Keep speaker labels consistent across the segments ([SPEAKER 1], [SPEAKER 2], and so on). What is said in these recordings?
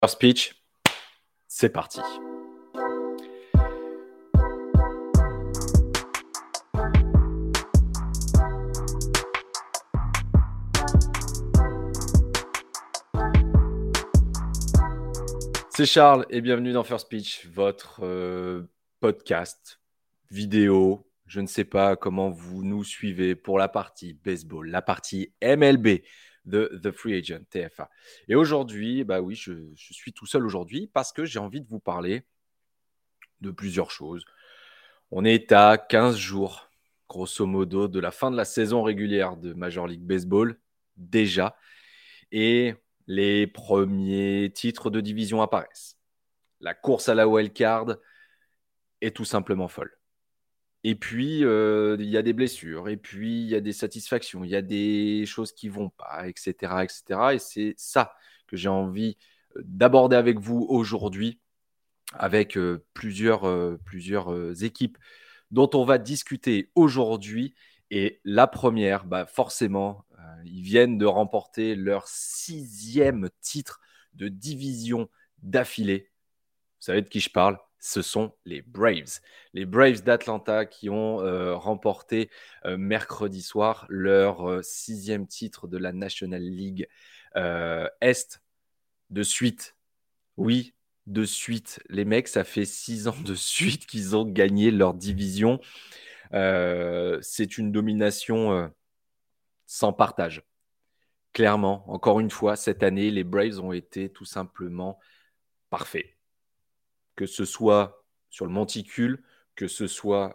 [SPEAKER 1] Speech, c'est parti. C'est Charles et bienvenue dans First Pitch, votre podcast, vidéo. Je ne sais pas comment vous nous suivez pour la partie baseball, la partie MLB de The Free Agent, TFA. Et aujourd'hui, je suis tout seul aujourd'hui parce que j'ai envie de vous parler de plusieurs choses. On est à 15 jours, grosso modo, de la fin de la saison régulière de Major League Baseball, déjà. Et les premiers titres de division apparaissent. La course à la wildcard est tout simplement folle. Et puis, il y a des blessures, et puis il y a des satisfactions, il y a des choses qui ne vont pas, etc., etc. Et c'est ça que j'ai envie d'aborder avec vous aujourd'hui, avec plusieurs équipes dont on va discuter aujourd'hui. Et la première, forcément, ils viennent de remporter leur 6e titre de division d'affilée. Vous savez de qui je parle? Ce sont les Braves. Les Braves d'Atlanta qui ont remporté mercredi soir leur 6e titre de la National League Est de suite. Oui, de suite. Les mecs, ça fait 6 ans de suite qu'ils ont gagné leur division. C'est une domination sans partage. Clairement, encore une fois, cette année, les Braves ont été tout simplement parfaits. Que ce soit sur le monticule, que ce soit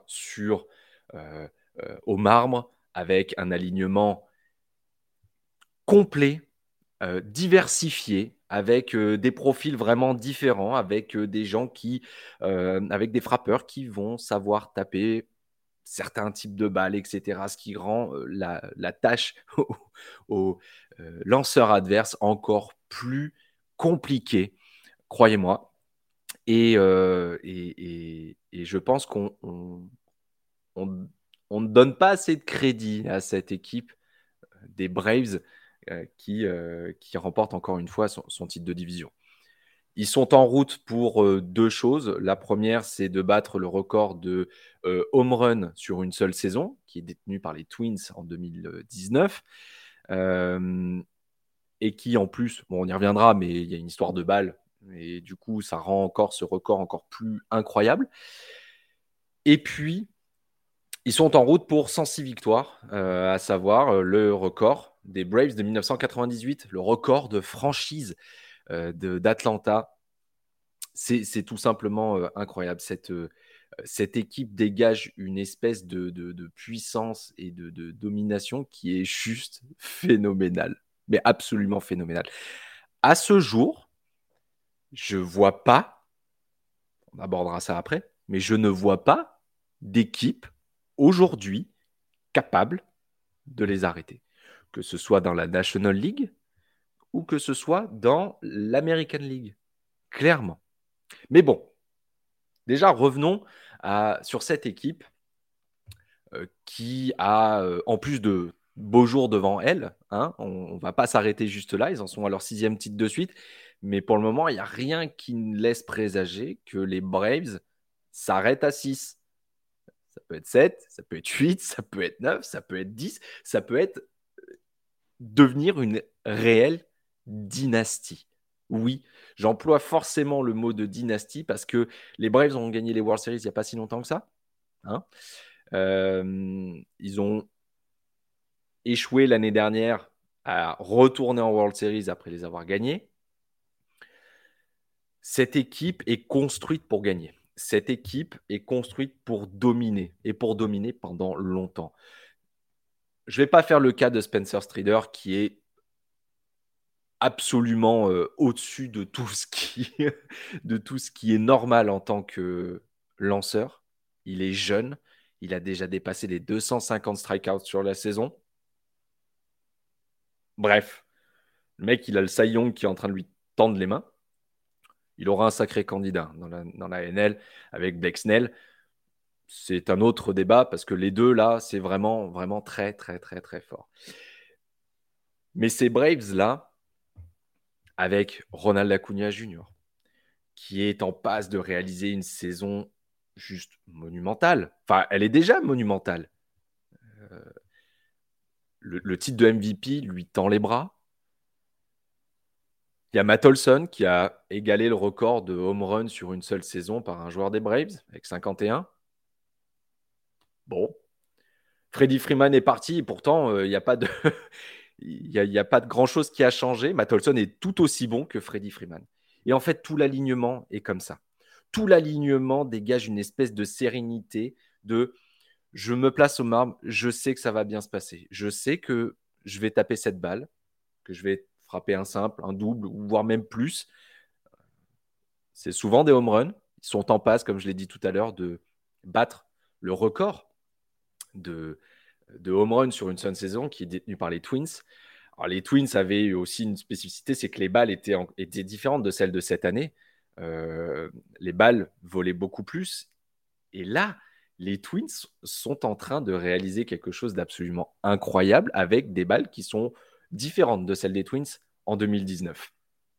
[SPEAKER 1] au marbre, avec un alignement complet, diversifié, avec des profils vraiment différents, avec des gens avec des frappeurs qui vont savoir taper certains types de balles, etc. Ce qui rend la tâche aux lanceurs adverses encore plus compliquée, croyez-moi. Et je pense qu'on ne donne pas assez de crédit à cette équipe des Braves qui remporte encore une fois son titre de division. Ils sont en route pour deux choses. La première, c'est de battre le record de home run sur une seule saison, qui est détenu par les Twins en 2019. Et qui, en plus, on y reviendra, mais il y a une histoire de balle. Et du coup, ça rend encore ce record encore plus incroyable. Et puis, ils sont en route pour 106 victoires, à savoir le record des Braves de 1998, le record de franchise d'Atlanta. C'est tout simplement incroyable. Cette équipe dégage une espèce de puissance et de domination qui est juste phénoménale, mais absolument phénoménale. À ce jour, je ne vois pas, on abordera ça après, mais je ne vois pas d'équipe aujourd'hui capable de les arrêter. Que ce soit dans la National League ou que ce soit dans l'American League. Clairement. Mais bon, déjà, revenons sur cette équipe qui a, en plus de beaux jours devant elle, hein, on ne va pas s'arrêter juste là, ils en sont à leur 6e titre de suite, mais pour le moment, il n'y a rien qui ne laisse présager que les Braves s'arrêtent à 6. Ça peut être 7, ça peut être 8, ça peut être 9, ça peut être 10, ça peut être devenir une réelle dynastie. Oui, j'emploie forcément le mot de dynastie parce que les Braves ont gagné les World Series il n'y a pas si longtemps que ça. Hein. Ils ont échoué l'année dernière à retourner en World Series après les avoir gagnés. Cette équipe est construite pour gagner. Cette équipe est construite pour dominer et pour dominer pendant longtemps. Je ne vais pas faire le cas de Spencer Strider qui est absolument au-dessus de tout ce qui est normal en tant que lanceur. Il est jeune, il a déjà dépassé les 250 strikeouts sur la saison. Bref, le mec, il a le Cy Young qui est en train de lui tendre les mains. Il aura un sacré candidat dans la NL avec Blake Snell. C'est un autre débat parce que les deux, là, c'est vraiment, vraiment très, très, très, très fort. Mais ces Braves-là, avec Ronald Acuna Jr., qui est en passe de réaliser une saison juste monumentale. Enfin, elle est déjà monumentale. Le titre de MVP lui tend les bras. Il y a Matt Olson qui a égalé le record de home run sur une seule saison par un joueur des Braves avec 51. Bon. Freddie Freeman est parti et pourtant, il n'y a pas de... Il n'y a pas de grand-chose qui a changé. Matt Olson est tout aussi bon que Freddie Freeman. Et en fait, tout l'alignement est comme ça. Tout l'alignement dégage une espèce de sérénité, de je me place au marbre, je sais que ça va bien se passer. Je sais que je vais taper cette balle, que je vais frapper un simple, un double, voire même plus. C'est souvent des home runs. Ils sont en passe, comme je l'ai dit tout à l'heure, de battre le record de home run sur une seule saison qui est détenu par les Twins. Alors, les Twins avaient aussi une spécificité, c'est que les balles étaient différentes de celles de cette année. Les balles volaient beaucoup plus. Et là, les Twins sont en train de réaliser quelque chose d'absolument incroyable avec des balles qui sont différentes de celles des Twins en 2019.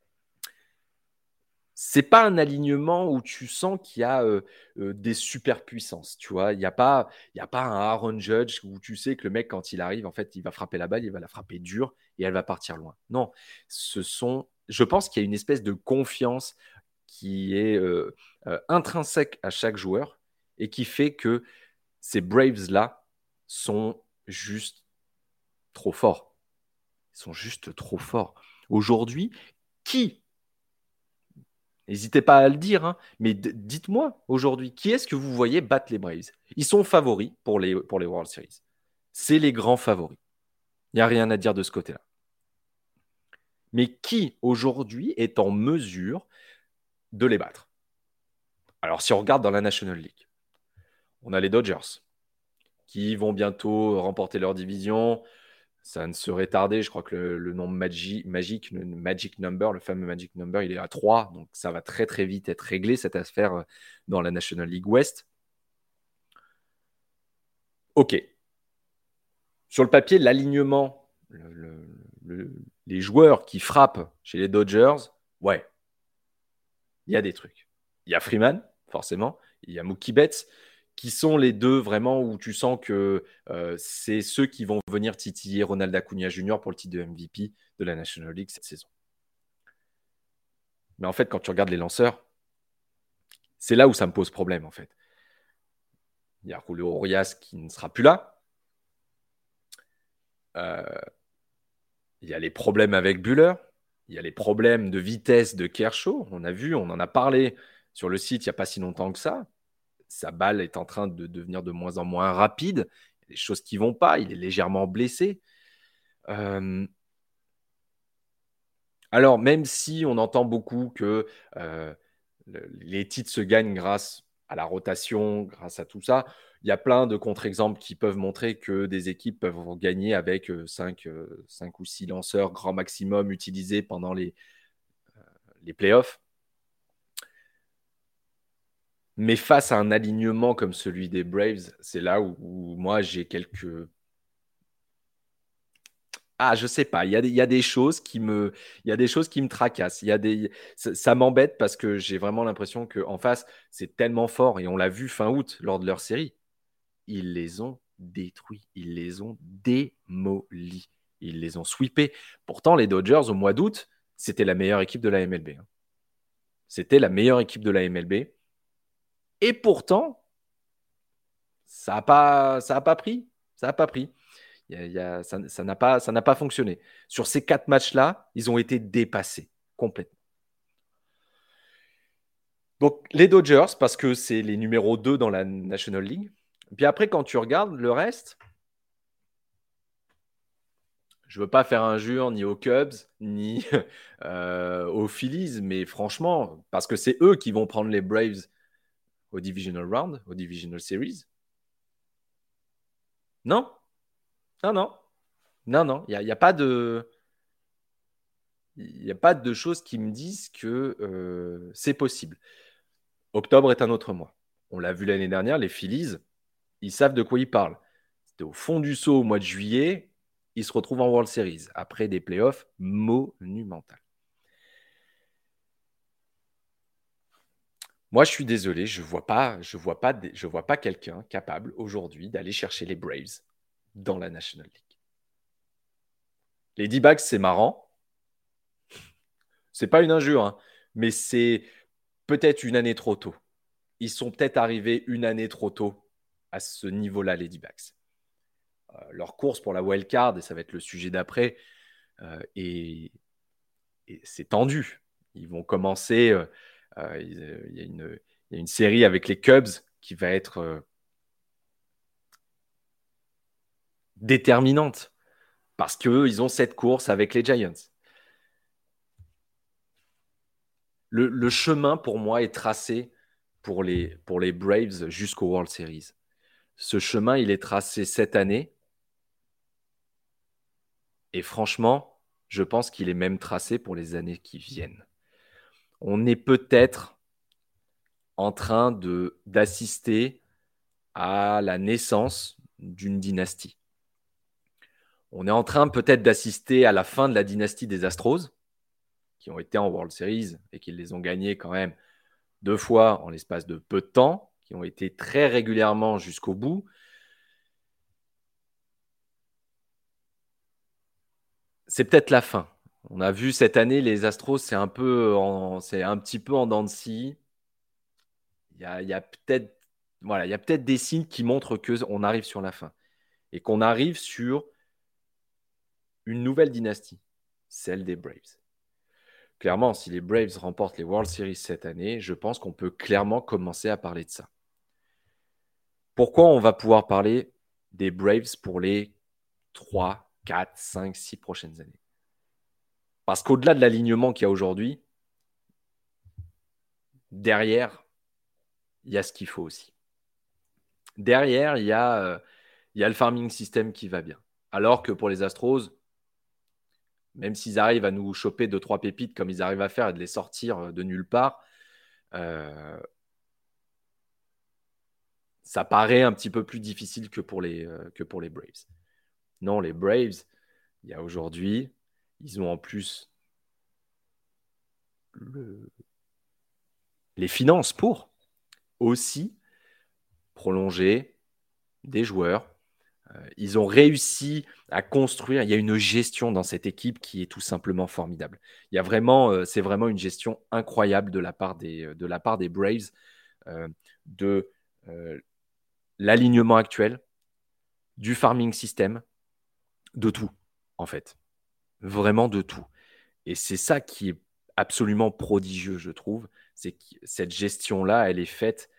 [SPEAKER 1] C'est pas un alignement où tu sens qu'il y a des superpuissances, tu vois. Il y a pas un Aaron Judge où tu sais que le mec, quand il arrive, en fait, il va frapper la balle, il va la frapper dure et elle va partir loin. Non, je pense qu'il y a une espèce de confiance qui est intrinsèque à chaque joueur et qui fait que ces Braves-là sont juste trop forts. Ils sont juste trop forts. Aujourd'hui, qui n'hésitez pas à le dire, hein, mais dites-moi aujourd'hui, qui est-ce que vous voyez battre les Braves? Ils sont favoris pour les World Series. C'est les grands favoris. Il n'y a rien à dire de ce côté-là. Mais qui aujourd'hui est en mesure de les battre? Alors, si on regarde dans la National League, on a les Dodgers qui vont bientôt remporter leur division. Ça ne serait tardé. Je crois que le nombre magique, le magic number, le fameux magic number, il est à 3. Donc, ça va très, très vite être réglé, cette affaire dans la National League West. OK. Sur le papier, l'alignement, les joueurs qui frappent chez les Dodgers, ouais, il y a des trucs. Il y a Freeman, forcément. Il y a Mookie Betts, qui sont les deux vraiment où tu sens que c'est ceux qui vont venir titiller Ronald Acuna Jr. pour le titre de MVP de la National League cette saison. Mais en fait, quand tu regardes les lanceurs, c'est là où ça me pose problème, en fait. Il y a Julio Urias qui ne sera plus là. Il y a les problèmes avec Buehler. Il y a les problèmes de vitesse de Kershaw. On a vu, on en a parlé sur le site il n'y a pas si longtemps que ça. Sa balle est en train de devenir de moins en moins rapide. Il y a des choses qui ne vont pas. Il est légèrement blessé. Alors, même si on entend beaucoup que les titres se gagnent grâce à la rotation, grâce à tout ça, il y a plein de contre-exemples qui peuvent montrer que des équipes peuvent gagner avec 5 ou 6 lanceurs grand maximum utilisés pendant les playoffs. Mais face à un alignement comme celui des Braves, c'est là où moi j'ai quelques... Ah, je sais pas. Il y a des choses qui me, il y a des choses qui me tracassent. Ça m'embête parce que j'ai vraiment l'impression qu'en face, c'est tellement fort et on l'a vu fin août lors de leur série. Ils les ont détruits. Ils les ont démolis. Ils les ont sweepés. Pourtant, les Dodgers, au mois d'août, c'était la meilleure équipe de la MLB. C'était la meilleure équipe de la MLB. Et pourtant, ça a pas pris. Ça n'a pas pris. Ça n'a pas fonctionné. Sur ces 4 matchs-là, ils ont été dépassés complètement. Donc, les Dodgers, parce que c'est les numéros 2 dans la National League. Puis après, quand tu regardes le reste, je ne veux pas faire injure ni aux Cubs, ni aux Phillies, mais franchement, parce que c'est eux qui vont prendre les Braves au Divisional Round, au Divisional Series. Non, non, non, non, non, il n'y a pas de... Il n'y a pas de choses qui me disent que c'est possible. Octobre est un autre mois. On l'a vu l'année dernière, les Phillies, ils savent de quoi ils parlent. C'était au fond du seau au mois de juillet. Ils se retrouvent en World Series après des playoffs monumentaux. Moi, je suis désolé, je vois pas quelqu'un capable aujourd'hui d'aller chercher les Braves dans la National League. Les D-backs, c'est marrant. C'est pas une injure, hein, mais c'est peut-être une année trop tôt. Ils sont peut-être arrivés une année trop tôt à ce niveau-là, les D-backs. Leur course pour la wild card, et ça va être le sujet d'après, et c'est tendu. Ils vont commencer. Il y a une série avec les Cubs qui va être déterminante parce qu'ils ont cette course avec les Giants. Le chemin, pour moi, est tracé pour les Braves jusqu'au World Series. Ce chemin, il est tracé cette année. Et franchement, je pense qu'il est même tracé pour les années qui viennent. On est peut-être en train d'assister à la naissance d'une dynastie. On est en train peut-être d'assister à la fin de la dynastie des Astros, qui ont été en World Series et qui les ont gagnés quand même 2 fois en l'espace de peu de temps, qui ont été très régulièrement jusqu'au bout. C'est peut-être la fin. On a vu cette année, les Astros, c'est un petit peu en dents de scie. Il y a peut-être voilà, il y a peut-être des signes qui montrent qu'on arrive sur la fin et qu'on arrive sur une nouvelle dynastie, celle des Braves. Clairement, si les Braves remportent les World Series cette année, je pense qu'on peut clairement commencer à parler de ça. Pourquoi on va pouvoir parler des Braves pour les 3, 4, 5, 6 prochaines années? Parce qu'au-delà de l'alignement qu'il y a aujourd'hui, derrière, il y a ce qu'il faut aussi. Derrière, il y a le farming system qui va bien. Alors que pour les Astros, même s'ils arrivent à nous choper 2-3 pépites comme ils arrivent à faire et de les sortir de nulle part, euh, ça paraît un petit peu plus difficile que pour les Braves. Non, les Braves, il y a aujourd'hui, ils ont en plus le- les finances pour aussi prolonger des joueurs. Ils ont réussi à construire. Il y a une gestion dans cette équipe qui est tout simplement formidable. C'est vraiment une gestion incroyable de la part des Braves, euh, de euh, l'alignement actuel, du farming system, de tout, en fait. Vraiment de tout. Et c'est ça qui est absolument prodigieux, je trouve. C'est que cette gestion-là, elle est faite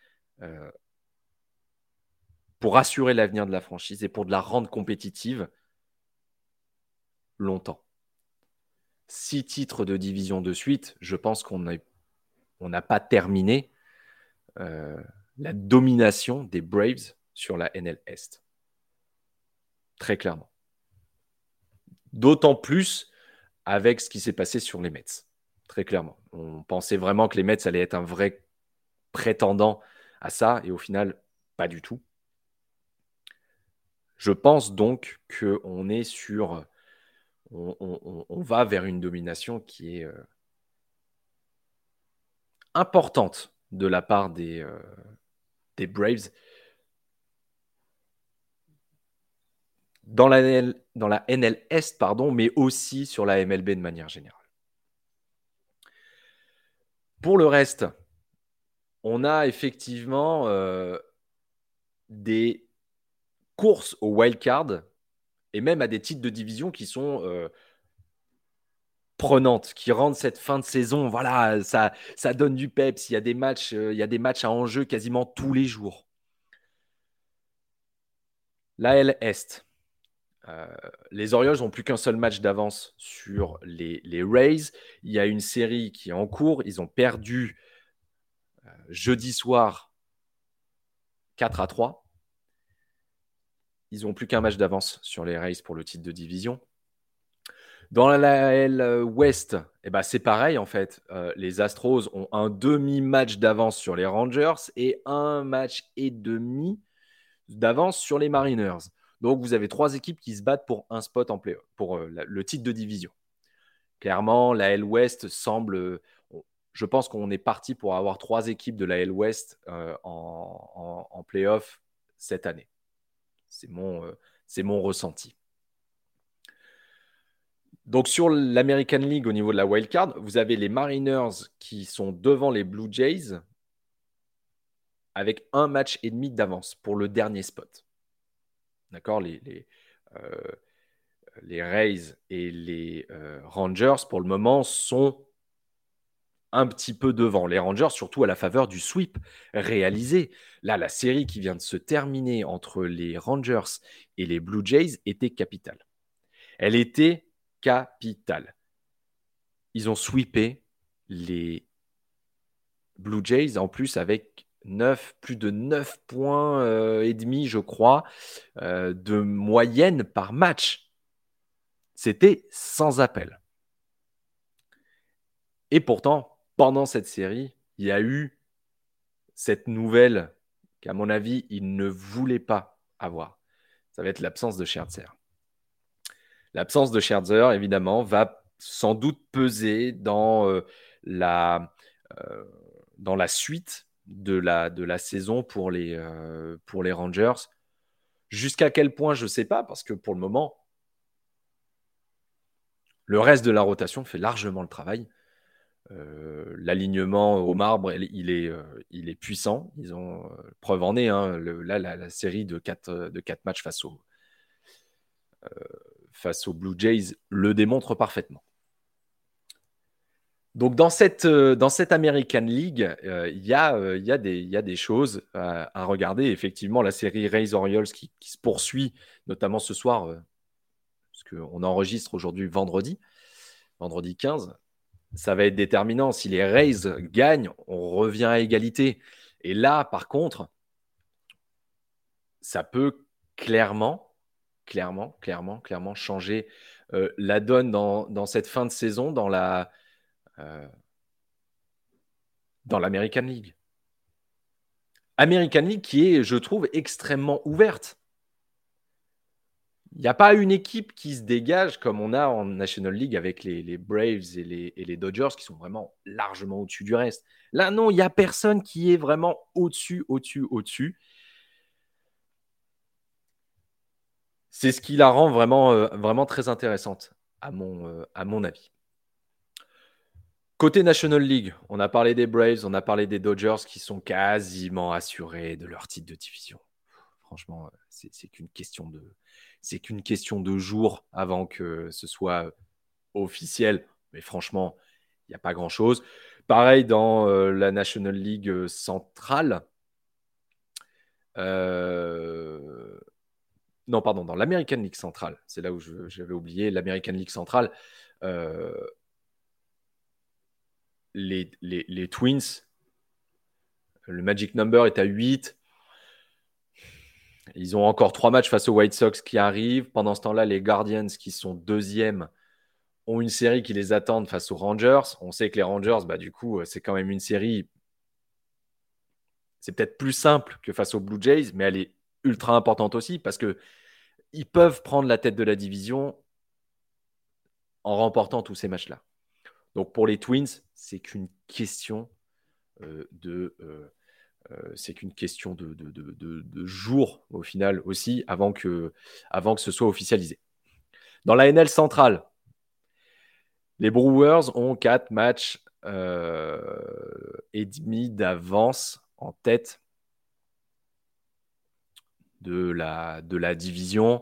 [SPEAKER 1] pour assurer l'avenir de la franchise et pour de la rendre compétitive longtemps. 6 titres de division de suite, je pense qu'on n'a pas terminé euh, la domination des Braves sur la NL Est. Très clairement. D'autant plus avec ce qui s'est passé sur les Mets. Très clairement. On pensait vraiment que les Mets allaient être un vrai prétendant à ça, et au final, pas du tout. Je pense donc qu'on est sur. On va vers une domination qui est importante de la part des Braves dans la NL Est, pardon, mais aussi sur la MLB de manière générale. Pour le reste, on a effectivement des courses au wild card et même à des titres de division qui sont prenantes, qui rendent cette fin de saison, voilà, ça donne du peps. Il y a des matchs à enjeu quasiment tous les jours. L'AL Est, Euh, les Orioles n'ont plus qu'un seul match d'avance sur les Rays. Il y a une série qui est en cours. Ils ont perdu jeudi soir 4-3. Ils n'ont plus qu'un match d'avance sur les Rays pour le titre de division. Dans la L West, eh ben, c'est pareil en fait. Les Astros ont un demi-match d'avance sur les Rangers et un match et demi d'avance sur les Mariners. Donc vous avez 3 équipes qui se battent pour un spot en play pour le titre de division. Clairement, la L West semble. je pense qu'on est parti pour avoir 3 équipes de la L West en playoff cette année. C'est mon ressenti. Donc, sur l'American League, au niveau de la wildcard, vous avez les Mariners qui sont devant les Blue Jays avec 1 match et demi d'avance pour le dernier spot. D'accord, les Rays et les Rangers, pour le moment, sont un petit peu devant. Les Rangers, surtout à la faveur du sweep réalisé. Là, la série qui vient de se terminer entre les Rangers et les Blue Jays était capitale. Elle était capitale. Ils ont sweepé les Blue Jays, en plus avec plus de 9 points et demi, je crois, de moyenne par match. C'était sans appel. Et pourtant, pendant cette série, il y a eu cette nouvelle qu'à mon avis, il ne voulait pas avoir. Ça va être l'absence de Scherzer. L'absence de Scherzer, évidemment, va sans doute peser la, dans la suite de la saison pour les Rangers. Jusqu'à quel point, je ne sais pas, parce que pour le moment, le reste de la rotation fait largement le travail. L'alignement au marbre, il est puissant. Ils ont preuve en est. Hein, la série de 4 matchs face aux Blue Jays le démontre parfaitement. Donc dans cette American League, il y a des choses à regarder. Effectivement, la série Rays-Orioles qui se poursuit, notamment ce soir, parce qu'on enregistre aujourd'hui vendredi 15. Ça va être déterminant. Si les Rays gagnent, on revient à égalité. Et là, par contre, ça peut clairement changer la donne dans cette fin de saison dans l'American League. American League qui est, je trouve, extrêmement ouverte. Il n'y a pas une équipe qui se dégage comme on a en National League avec les Braves et les Dodgers qui sont vraiment largement au-dessus du reste. Là, non, il n'y a personne qui est vraiment au-dessus. C'est ce qui la rend vraiment très intéressante, à mon avis. Côté National League, on a parlé des Braves, on a parlé des Dodgers qui sont quasiment assurés de leur titre de division. Franchement, c'est qu'une question de jours avant que ce soit officiel. Mais franchement, il n'y a pas grand-chose. Pareil dans la National League centrale. Non, pardon, dans l'American League centrale. C'est là où j'avais oublié l'American League centrale. Les Twins, le Magic Number est à 8. Ils ont encore 3 matchs face aux White Sox qui arrivent. Pendant ce temps-là, les Guardians, qui sont deuxièmes, ont une série qui les attend face aux Rangers. On sait que les Rangers, du coup, c'est quand même une série. C'est peut-être plus simple que face aux Blue Jays, mais elle est ultra importante aussi parce qu'ils peuvent prendre la tête de la division en remportant tous ces matchs-là. Donc pour les Twins, c'est qu'une question c'est qu'une question de jours au final aussi avant que ce soit officialisé. Dans la NL centrale, les Brewers ont 4 matchs et demi d'avance en tête de la division.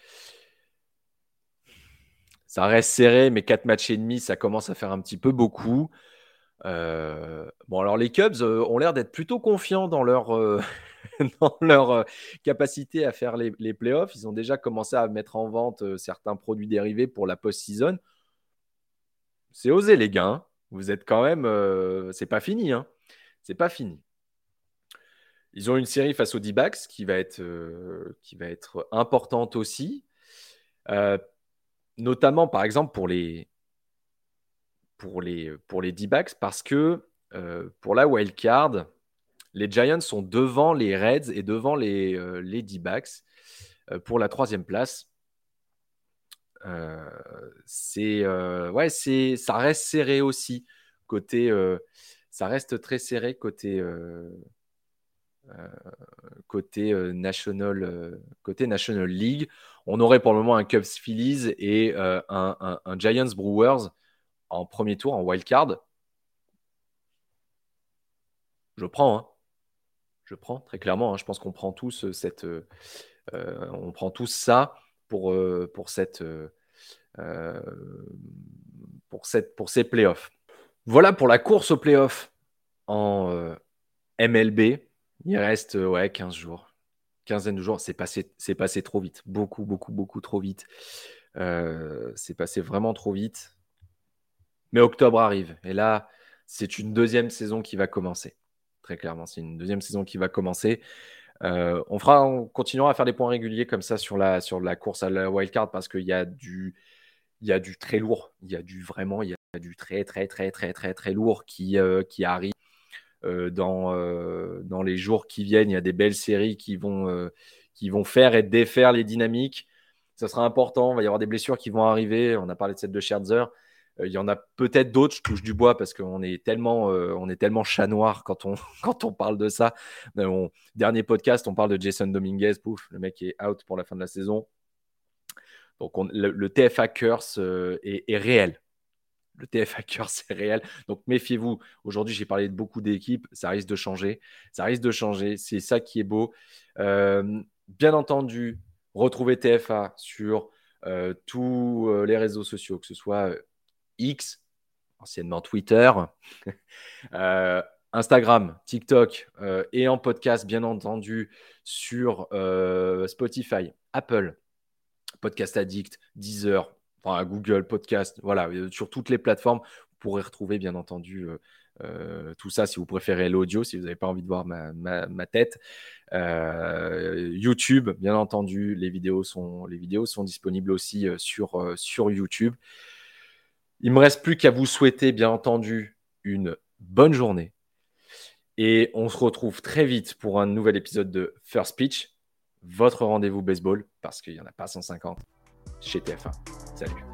[SPEAKER 1] Ça reste serré, mais 4 matchs et demi, ça commence à faire un petit peu beaucoup. Bon, alors les Cubs ont l'air d'être plutôt confiants dans leur dans leur capacité à faire les playoffs. Ils ont déjà commencé à mettre en vente certains produits dérivés pour la post-season. C'est osé, les gars. Hein. Vous êtes quand même. C'est pas fini. Hein. C'est pas fini. Ils ont une série face aux D-backs qui va être importante aussi. Notamment, par exemple, pour les D-backs, parce que pour la wild card, les Giants sont devant les Reds et devant les D-backs pour la 3e place. Ça reste serré aussi ça reste très serré côté National League. On aurait pour le moment un Cubs Phillies et un Giants Brewers en premier tour, en wild card. Je prends, hein. Je prends très clairement. Hein. Je pense qu'on prend tous on prend tous ça pour ces playoffs. Voilà pour la course aux playoffs en MLB. Il reste 15 jours. Quinzaine de jours. C'est passé trop vite. Beaucoup, beaucoup, beaucoup trop vite. C'est passé vraiment trop vite. Mais octobre arrive. Et là, c'est une deuxième saison qui va commencer. Très clairement, c'est une deuxième saison qui va commencer. On continuera à faire des points réguliers comme ça sur la course à la wildcard parce qu'il y a du très lourd. Il y a du très, très, très, très, très, très lourd qui arrive dans les jours qui viennent. Il y a des belles séries qui vont faire et défaire les dynamiques. Ça sera important. Il va y avoir des blessures qui vont arriver. On a parlé de celle de Scherzer. Il y en a peut-être d'autres, je touche du bois parce qu'on est tellement chat noir quand on parle de ça. Dernier podcast, on parle de Jason Dominguez. Pouf, le mec est out pour la fin de la saison. Donc le TFA curse est réel. Le TFA curse est réel. Donc méfiez-vous. Aujourd'hui, j'ai parlé de beaucoup d'équipes. Ça risque de changer. C'est ça qui est beau. Bien entendu, retrouvez TFA sur tous les réseaux sociaux, que ce soit X, anciennement Twitter, Instagram, TikTok et en podcast, bien entendu, sur Spotify, Apple, Podcast Addict, Deezer, Google Podcast, voilà, sur toutes les plateformes, vous pourrez retrouver, bien entendu, tout ça si vous préférez l'audio, si vous n'avez pas envie de voir ma tête. YouTube, bien entendu, les vidéos sont disponibles aussi sur YouTube. Il ne me reste plus qu'à vous souhaiter, bien entendu, une bonne journée. Et on se retrouve très vite pour un nouvel épisode de First Pitch, votre rendez-vous baseball, parce qu'il n'y en a pas 150 chez TF1. Salut.